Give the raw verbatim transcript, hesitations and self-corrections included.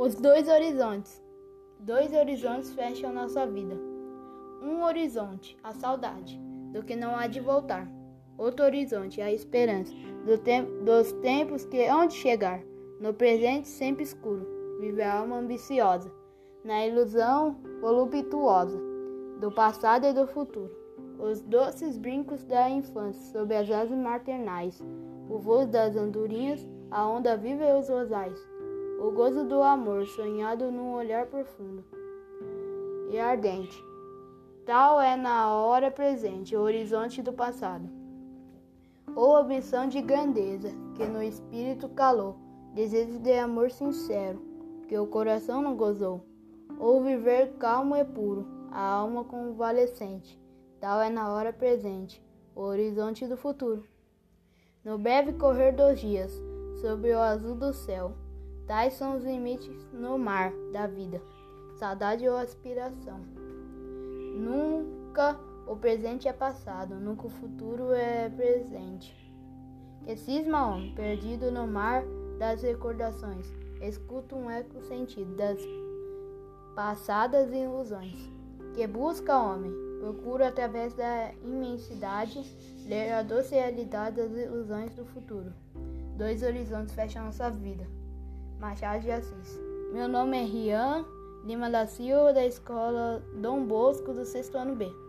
Os dois horizontes. Dois horizontes fecham nossa vida. Um horizonte, a saudade, do que não há de voltar. Outro horizonte, a esperança, do tempo, dos tempos que hão de chegar. No presente sempre escuro, vive a alma ambiciosa, na ilusão voluptuosa, do passado e do futuro. Os doces brincos da infância, sob as asas maternais, o voo das andorinhas, a onda viva e os rosais. O gozo do amor, sonhado num olhar profundo e ardente. Tal é na hora presente o horizonte do passado. Ou ambição de grandeza, que no espírito calou, desejo de amor sincero, que o coração não gozou. Ou viver calmo e puro, a alma convalescente. Tal é na hora presente o horizonte do futuro. No breve correr dos dias, sobre o azul do céu, tais são os limites no mar da vida, saudade ou aspiração. Nunca o presente é passado, nunca o futuro é presente. Que cisma homem, perdido no mar das recordações, escuta um eco sentido das passadas ilusões. Que busca homem, procura através da imensidade ler a doce realidade das ilusões do futuro. Dois horizontes fecham nossa vida. Machado de Assis. Meu nome é Rian Lima da Silva, da Escola Dom Bosco, do sexto ano B.